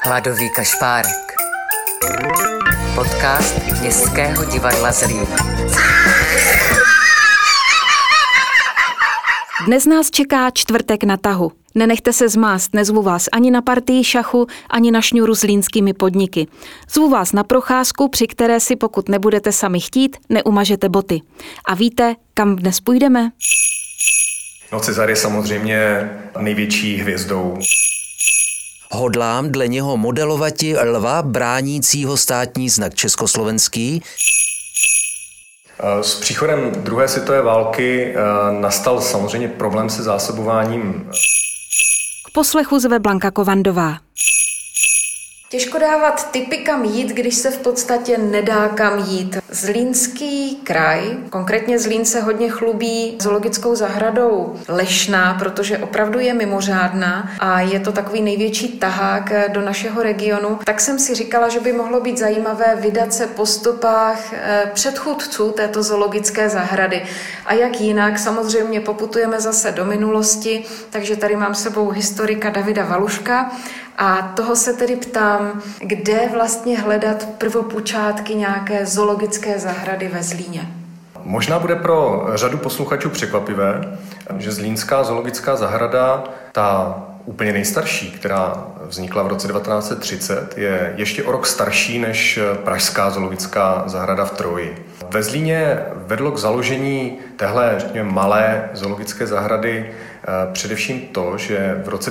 Hladový kašpárek. Podcast Městského divadla Zlín. Dnes nás čeká čtvrtek na tahu. Nenechte se zmást, nezvu vás ani na partii šachu, ani na šňůru s línskými podniky. Zvu vás na procházku, při které si, pokud nebudete sami chtít, neumažete boty. A víte, kam dnes půjdeme? No, Cezar je samozřejmě největší hvězdou. Hodlám dle něho modelovati lva bránícího státní znak československý. S příchodem druhé světové války nastal samozřejmě problém se zásobováním. K poslechu zve Blanka Kovandová. Těžko dávat tipy, kam jít, když se v podstatě nedá kam jít. Zlínský kraj, konkrétně Zlín, se hodně chlubí zoologickou zahradou Lešná, protože opravdu je mimořádná a je to takový největší tahák do našeho regionu. Tak jsem si říkala, že by mohlo být zajímavé vydat se po stopách předchůdců této zoologické zahrady. A jak jinak, samozřejmě poputujeme zase do minulosti, takže tady mám s sebou historika Davida Valuška. A toho se tedy ptám, kde vlastně hledat prvopočátky nějaké zoologické zahrady ve Zlíně. Možná bude pro řadu posluchačů překvapivé, že Zlínská zoologická zahrada, ta úplně nejstarší, která vznikla v roce 1930, je ještě o rok starší než pražská zoologická zahrada v Troji. Ve Zlíně vedlo k založení téhle, řekněme, malé zoologické zahrady především to, že v roce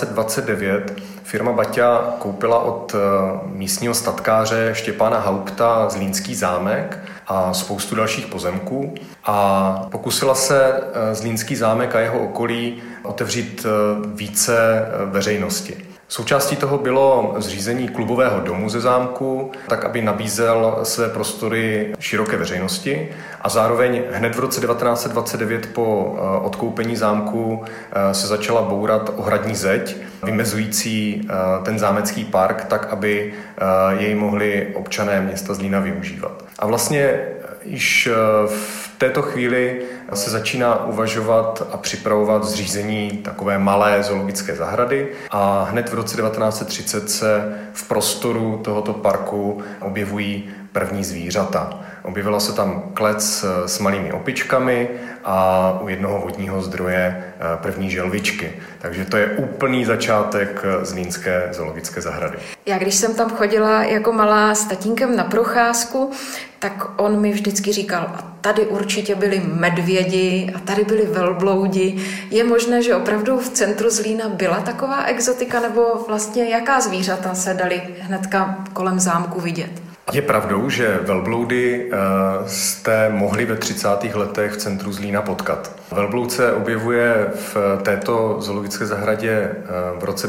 1929 firma Baťa koupila od místního statkáře Štěpána Haupta Zlínský zámek a spoustu dalších pozemků a pokusila se Zlínský zámek a jeho okolí otevřít více veřejnosti. Součástí toho bylo zřízení klubového domu ze zámku, tak aby nabízel své prostory široké veřejnosti a zároveň hned v roce 1929 po odkoupení zámku se začala bourat ohradní zeď, vymezující ten zámecký park tak, aby jej mohli občané města Zlína využívat. A vlastně již v této chvíli se začíná uvažovat a připravovat zřízení takové malé zoologické zahrady a hned v roce 1930 se v prostoru tohoto parku objevují první zvířata. Objevila se tam klec s malými opičkami a u jednoho vodního zdroje první želvičky. Takže to je úplný začátek Zlínské zoologické zahrady. Já když jsem tam chodila jako malá s tatínkem na procházku, tak on mi vždycky říkal, a tady určitě byli medvědi a tady byli velbloudi. Je možné, že opravdu v centru Zlína byla taková exotika, nebo vlastně jaká zvířata se daly hnedka kolem zámku vidět? Je pravdou, že velbloudy jste mohli ve 30. letech v centru Zlína potkat. Velbloud se objevuje v této zoologické zahradě v roce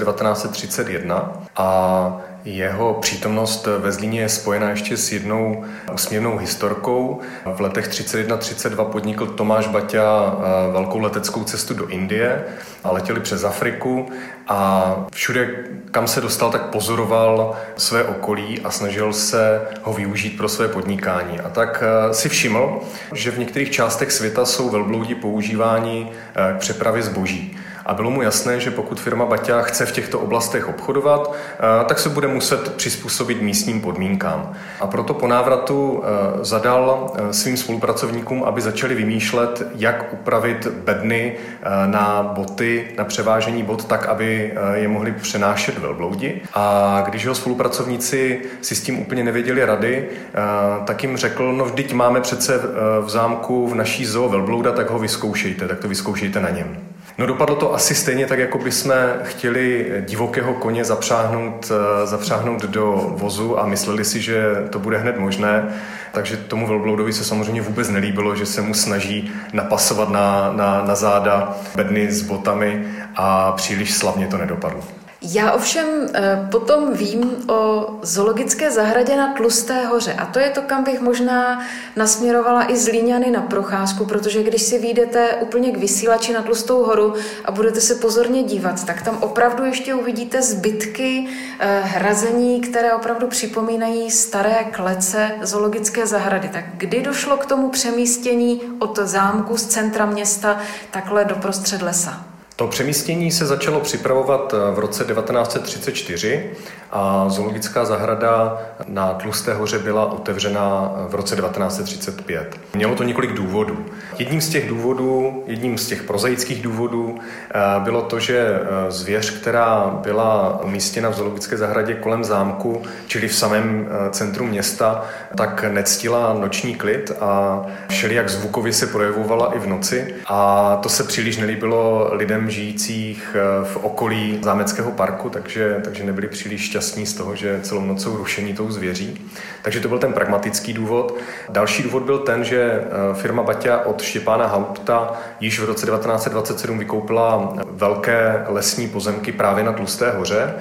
1931 a jeho přítomnost ve Zlíně je spojena ještě s jednou úsměvnou historkou. V letech 31-32 podnikl Tomáš Baťa velkou leteckou cestu do Indie a letěli přes Afriku a všude, kam se dostal, tak pozoroval své okolí a snažil se ho využít pro své podnikání. A tak si všiml, že v některých částech světa jsou velbloudi používáni k přepravě zboží. A bylo mu jasné, že pokud firma Baťa chce v těchto oblastech obchodovat, tak se bude muset přizpůsobit místním podmínkám. A proto po návratu zadal svým spolupracovníkům, aby začali vymýšlet, jak upravit bedny na boty, na převážení bot, tak, aby je mohli přenášet velbloudi. A když jeho spolupracovníci si s tím úplně nevěděli rady, tak jim řekl, no vždyť máme přece v zámku v naší zoo velblouda, tak ho vyzkoušejte, tak to vyzkoušejte na něm. No dopadlo to asi stejně tak, jako bychom chtěli divokého koně zapřáhnout do vozu a mysleli si, že to bude hned možné. Takže tomu velbloudovi se samozřejmě vůbec nelíbilo, že se mu snaží napasovat na záda bedny s botami a příliš slavně to nedopadlo. Já ovšem potom vím o zoologické zahradě na Tlusté hoře a to je to, kam bych možná nasměrovala i Zlíňany na procházku, protože když si vyjdete úplně k Vysílači na Tlustou horu a budete se pozorně dívat, tak tam opravdu ještě uvidíte zbytky hrazení, které opravdu připomínají staré klece zoologické zahrady. Tak kdy došlo k tomu přemístění od zámku z centra města takhle do prostřed lesa? To přemístění se začalo připravovat v roce 1934 a zoologická zahrada na Tlusté hoře byla otevřena v roce 1935. Mělo to několik důvodů. Jedním z těch prozaických důvodů bylo to, že zvěř, která byla umístěna v zoologické zahradě kolem zámku, čili v samém centru města, tak nectila noční klid a všelijak zvukově se projevovala i v noci. A to se příliš nelíbilo lidem žijících v okolí zámeckého parku, takže nebyli příliš šťastní z toho, že celou noc jsou rušení tou zvěří. Takže to byl ten pragmatický důvod. Další důvod byl ten, že firma Baťa od Štěpána Haupta již v roce 1927 vykoupila velké lesní pozemky právě na Tlusté hoře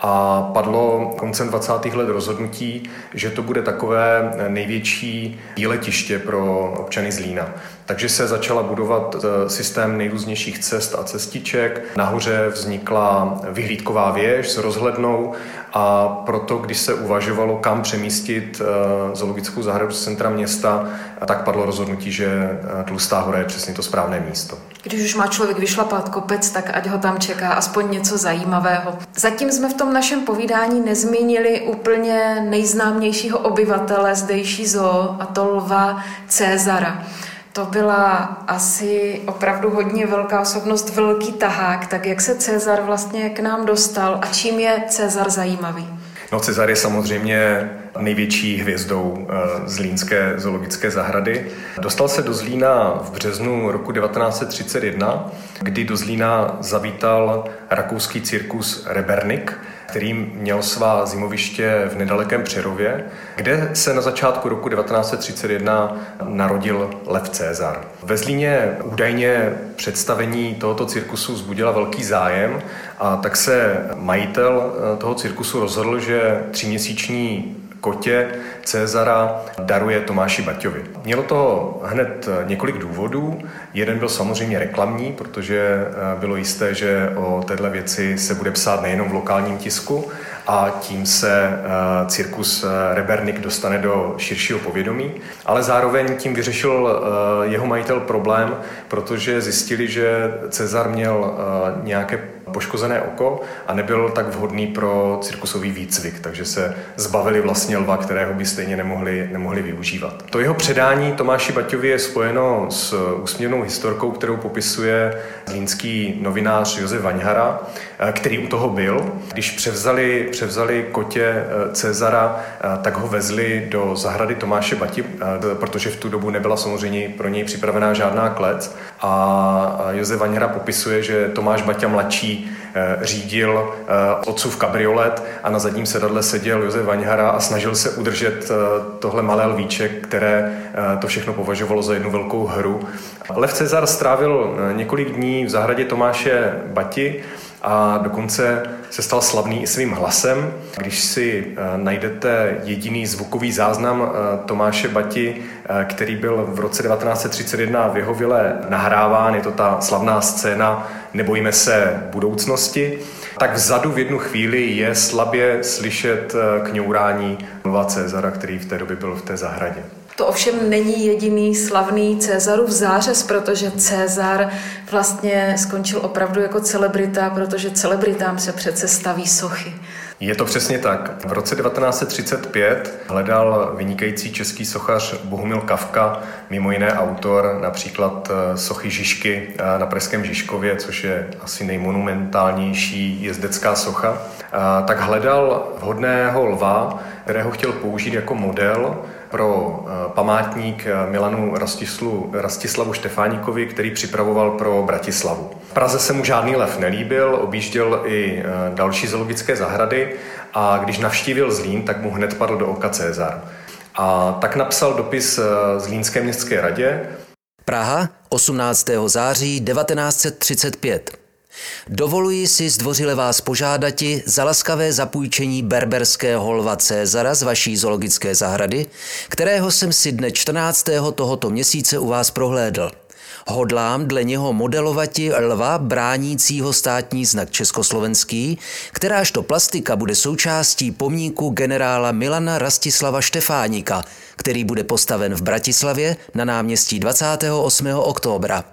a padlo koncem 20. let rozhodnutí, že to bude takové největší výletiště pro občany Zlína. Takže se začala budovat systém nejrůznějších cest a cestiček. Nahoře vznikla vyhlídková věž s rozhlednou a proto, když se uvažovalo, kam přemístit zoologickou zahradu z centra města, tak padlo rozhodnutí, že Tlustá hora je přesně to správné místo. Když už má člověk vyšlapat kopec, tak ať ho tam čeká aspoň něco zajímavého. Zatím jsme v tom našem povídání nezmínili úplně nejznámějšího obyvatele zdejší zoo, a to lva Cezara. To byla asi opravdu hodně velká osobnost, velký tahák. Tak jak se Cezar vlastně k nám dostal a čím je Cezar zajímavý? No, Cezar je samozřejmě největší hvězdou Zlínské zoologické zahrady. Dostal se do Zlína v březnu roku 1931, kdy do Zlína zavítal rakouský cirkus Rebernik, který měl svá zimoviště v nedalekém Přerově, kde se na začátku roku 1931 narodil lev Cezar. Ve Zlíně údajně představení tohoto cirkusu vzbudila velký zájem a tak se majitel toho cirkusu rozhodl, že 3měsíční kotě Cezara daruje Tomáši Baťovi. Mělo to hned několik důvodů. Jeden byl samozřejmě reklamní, protože bylo jisté, že o téhle věci se bude psát nejenom v lokálním tisku a tím se cirkus Rebernik dostane do širšího povědomí, ale zároveň tím vyřešil jeho majitel problém, protože zjistili, že Cezar měl nějaké poškozené oko a nebyl tak vhodný pro cirkusový výcvik, takže se zbavili vlastně lva, kterého by stejně nemohli využívat. To jeho předání Tomáši Baťovi je spojeno s úsměvnou historkou, kterou popisuje zlínský novinář Josef Vaňhara, který u toho byl. Když převzali kotě Cezara, tak ho vezli do zahrady Tomáše Bati, protože v tu dobu nebyla samozřejmě pro něj připravená žádná klec. A Josef Vaňhara popisuje, že Tomáš Baťa mladší řídil otcův kabriolet a na zadním sedadle seděl Josef Vaňhara a snažil se udržet tohle malé lvíček, které to všechno považovalo za jednu velkou hru. Lev Cezar strávil několik dní v zahradě Tomáše Bati a dokonce se stal slavný i svým hlasem. Když si najdete jediný zvukový záznam Tomáše Bati, který byl v roce 1931 v jeho vile nahráván, je to ta slavná scéna Nebojíme se budoucnosti, tak vzadu v jednu chvíli je slabě slyšet kňourání lva Cezara, který v té době byl v té zahradě. To ovšem není jediný slavný Cezarův zářez, protože Cezar vlastně skončil opravdu jako celebrita, protože celebritám se přece staví sochy. Je to přesně tak. V roce 1935 hledal vynikající český sochař Bohumil Kafka, mimo jiné autor například sochy Žižky na pražském Žižkově, což je asi nejmonumentálnější jezdecká socha. Tak hledal vhodného lva, kterého chtěl použít jako model pro památník Milanu Rastislavu Štefánikovi, který připravoval pro Bratislavu. V Praze se mu žádný lev nelíbil, objížděl i další zoologické zahrady a když navštívil Zlín, tak mu hned padl do oka Cezar. A tak napsal dopis Zlínské městské radě. Praha, 18. září 1935. Dovoluji si zdvořile vás požádati za laskavé zapůjčení berberského lva Cezara z vaší zoologické zahrady, kterého jsem si dne 14. tohoto měsíce u vás prohlédl. Hodlám dle něho modelovati lva bránícího státní znak československý, kterážto plastika bude součástí pomníku generála Milana Rastislava Štefánika, který bude postaven v Bratislavě na náměstí 28. oktobra.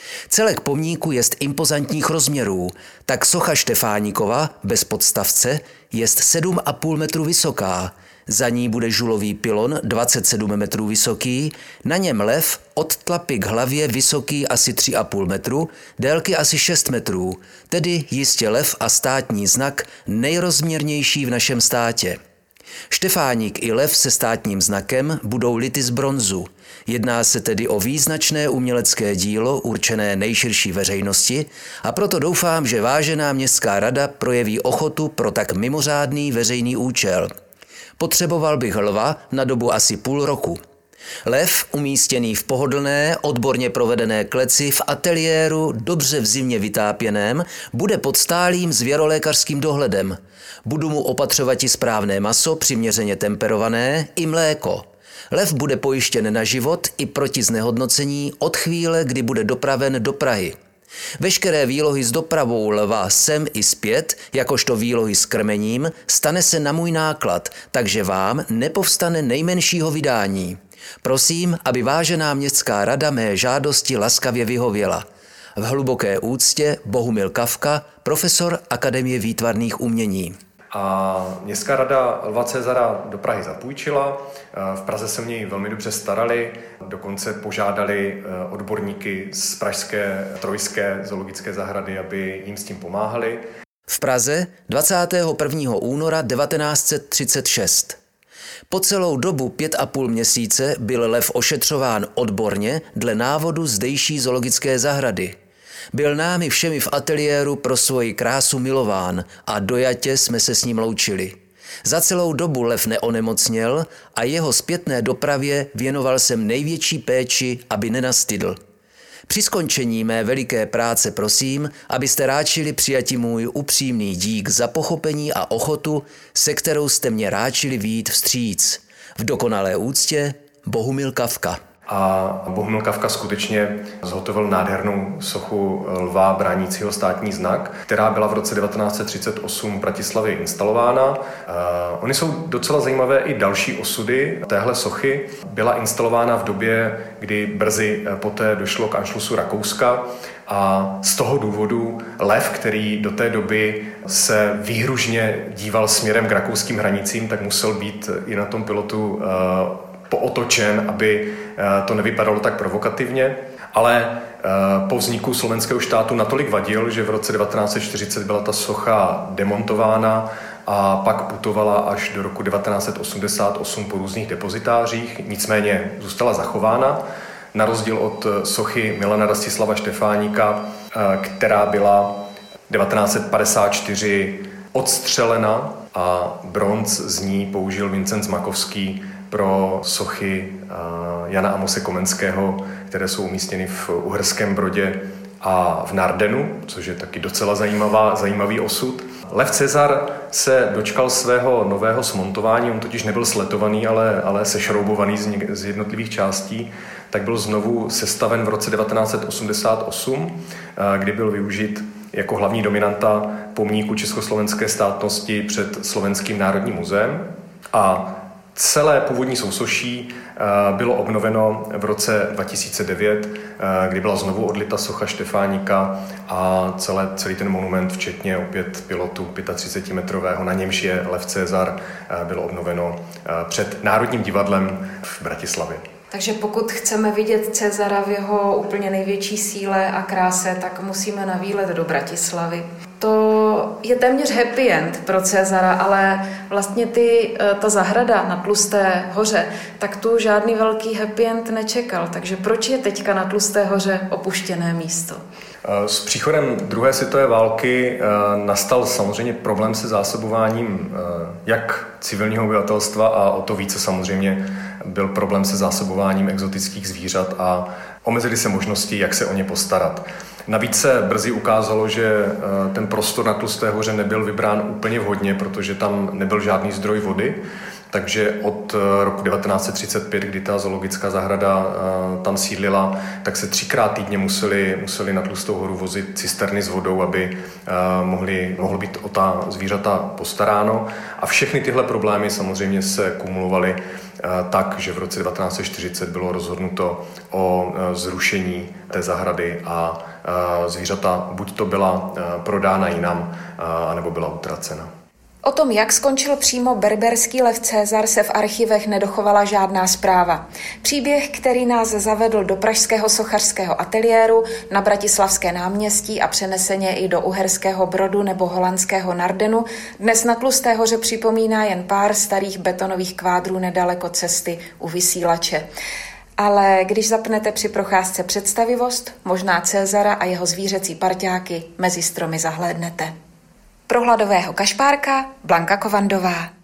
Celek pomníku jest impozantních rozměrů, tak socha Štefánikova bez podstavce jest 7,5 metru vysoká. Za ní bude žulový pylon 27 metrů vysoký, na něm lev od tlapy k hlavě vysoký asi 3,5 metru, délky asi 6 metrů, tedy jistě lev a státní znak nejrozměrnější v našem státě. Štefánik i lev se státním znakem budou lity z bronzu. Jedná se tedy o význačné umělecké dílo určené nejširší veřejnosti a proto doufám, že vážená městská rada projeví ochotu pro tak mimořádný veřejný účel. Potřeboval bych lva na dobu asi půl roku. Lev, umístěný v pohodlné, odborně provedené kleci v ateliéru dobře v zimě vytápěném, bude pod stálým zvěrolékařským dohledem. Budu mu opatřovati správné maso, přiměřeně temperované, i mléko. Lev bude pojištěn na život i proti znehodnocení od chvíle, kdy bude dopraven do Prahy. Veškeré výlohy s dopravou lva sem i zpět, jakožto výlohy s krmením, stane se na můj náklad, takže vám nepovstane nejmenšího vydání. Prosím, aby vážená městská rada mé žádosti laskavě vyhověla. V hluboké úctě Bohumil Kafka, profesor Akademie výtvarných umění. A městská rada Lva Cezara do Prahy zapůjčila. V Praze se o něj velmi dobře starali, dokonce požádali odborníky z pražské trojské zoologické zahrady, aby jim s tím pomáhali. V Praze 21. února 1936. Po celou dobu 5,5 měsíce byl lev ošetřován odborně dle návodu zdejší zoologické zahrady. Byl námi všemi v ateliéru pro svoji krásu milován a dojatě jsme se s ním loučili. Za celou dobu lev neonemocněl a jeho zpětné dopravě věnoval jsem největší péči, aby nenastydl. Při skončení mé veliké práce prosím, abyste ráčili přijati můj upřímný dík za pochopení a ochotu, se kterou jste mě ráčili vyjít vstříc. V dokonalé úctě Bohumil Kafka. A Bohumil Kafka skutečně zhotovil nádhernou sochu lva bránícího státní znak, která byla v roce 1938 v Bratislavě instalována. Ony jsou docela zajímavé i další osudy téhle sochy. Byla instalována v době, kdy brzy poté došlo k anšlusu Rakouska a z toho důvodu lev, který do té doby se výhružně díval směrem k rakouským hranicím, tak musel být i na tom pilotu pootočen, aby to nevypadalo tak provokativně, ale po vzniku slovenského štátu natolik vadil, že v roce 1940 byla ta socha demontována a pak putovala až do roku 1988 po různých depozitářích, nicméně zůstala zachována, na rozdíl od sochy Milana Rastislava Štefánika, která byla 1954 odstřelena a bronz z ní použil Vincent Zmakovský pro sochy Jana Amose Komenského, které jsou umístěny v Uherském Brodě a v Nardenu, což je taky docela zajímavý osud. Lev Cezar se dočkal svého nového smontování, on totiž nebyl sletovaný, ale sešroubovaný z jednotlivých částí, tak byl znovu sestaven v roce 1988, kdy byl využit jako hlavní dominanta pomníku československé státnosti před Slovenským národním muzeem a celé původní sousoší bylo obnoveno v roce 2009, kdy byla znovu odlita socha Štefánika a celý ten monument, včetně opět pilotu 35-metrového, na němž je lev Cezar, bylo obnoveno před Národním divadlem v Bratislavě. Takže pokud chceme vidět Cezara v jeho úplně největší síle a kráse, tak musíme na výlet do Bratislavy. To je téměř happy end pro Cezara, ale vlastně ta zahrada na Tlusté hoře, tak tu žádný velký happy end nečekal. Takže proč je teďka na Tlusté hoře opuštěné místo? S příchodem druhé světové války nastal samozřejmě problém se zásobováním jak civilního obyvatelstva a o to více samozřejmě byl problém se zásobováním exotických zvířat a omezily se možnosti, jak se o ně postarat. Navíc se brzy ukázalo, že ten prostor na Tlusté hoře nebyl vybrán úplně vhodně, protože tam nebyl žádný zdroj vody takže od roku 1935, kdy ta zoologická zahrada tam sídlila, tak se 3krát týdně museli na Tlustou horu vozit cisterny s vodou, aby mohlo být o ta zvířata postaráno. A všechny tyhle problémy samozřejmě se kumulovaly tak, že v roce 1940 bylo rozhodnuto o zrušení té zahrady a zvířata buď to byla prodána jinam, anebo byla utracena. O tom, jak skončil přímo berberský lev Cezar, se v archivech nedochovala žádná zpráva. Příběh, který nás zavedl do pražského sochařského ateliéru, na Bratislavské náměstí a přeneseně i do Uherského Brodu nebo holandského Nardenu, dnes na Tlusté hoře připomíná jen pár starých betonových kvádrů nedaleko cesty u Vysílače. Ale když zapnete při procházce představivost, možná Cezara a jeho zvířecí parťáky mezi stromy zahlédnete. Pro Hladového kašpárka Blanka Kovandová.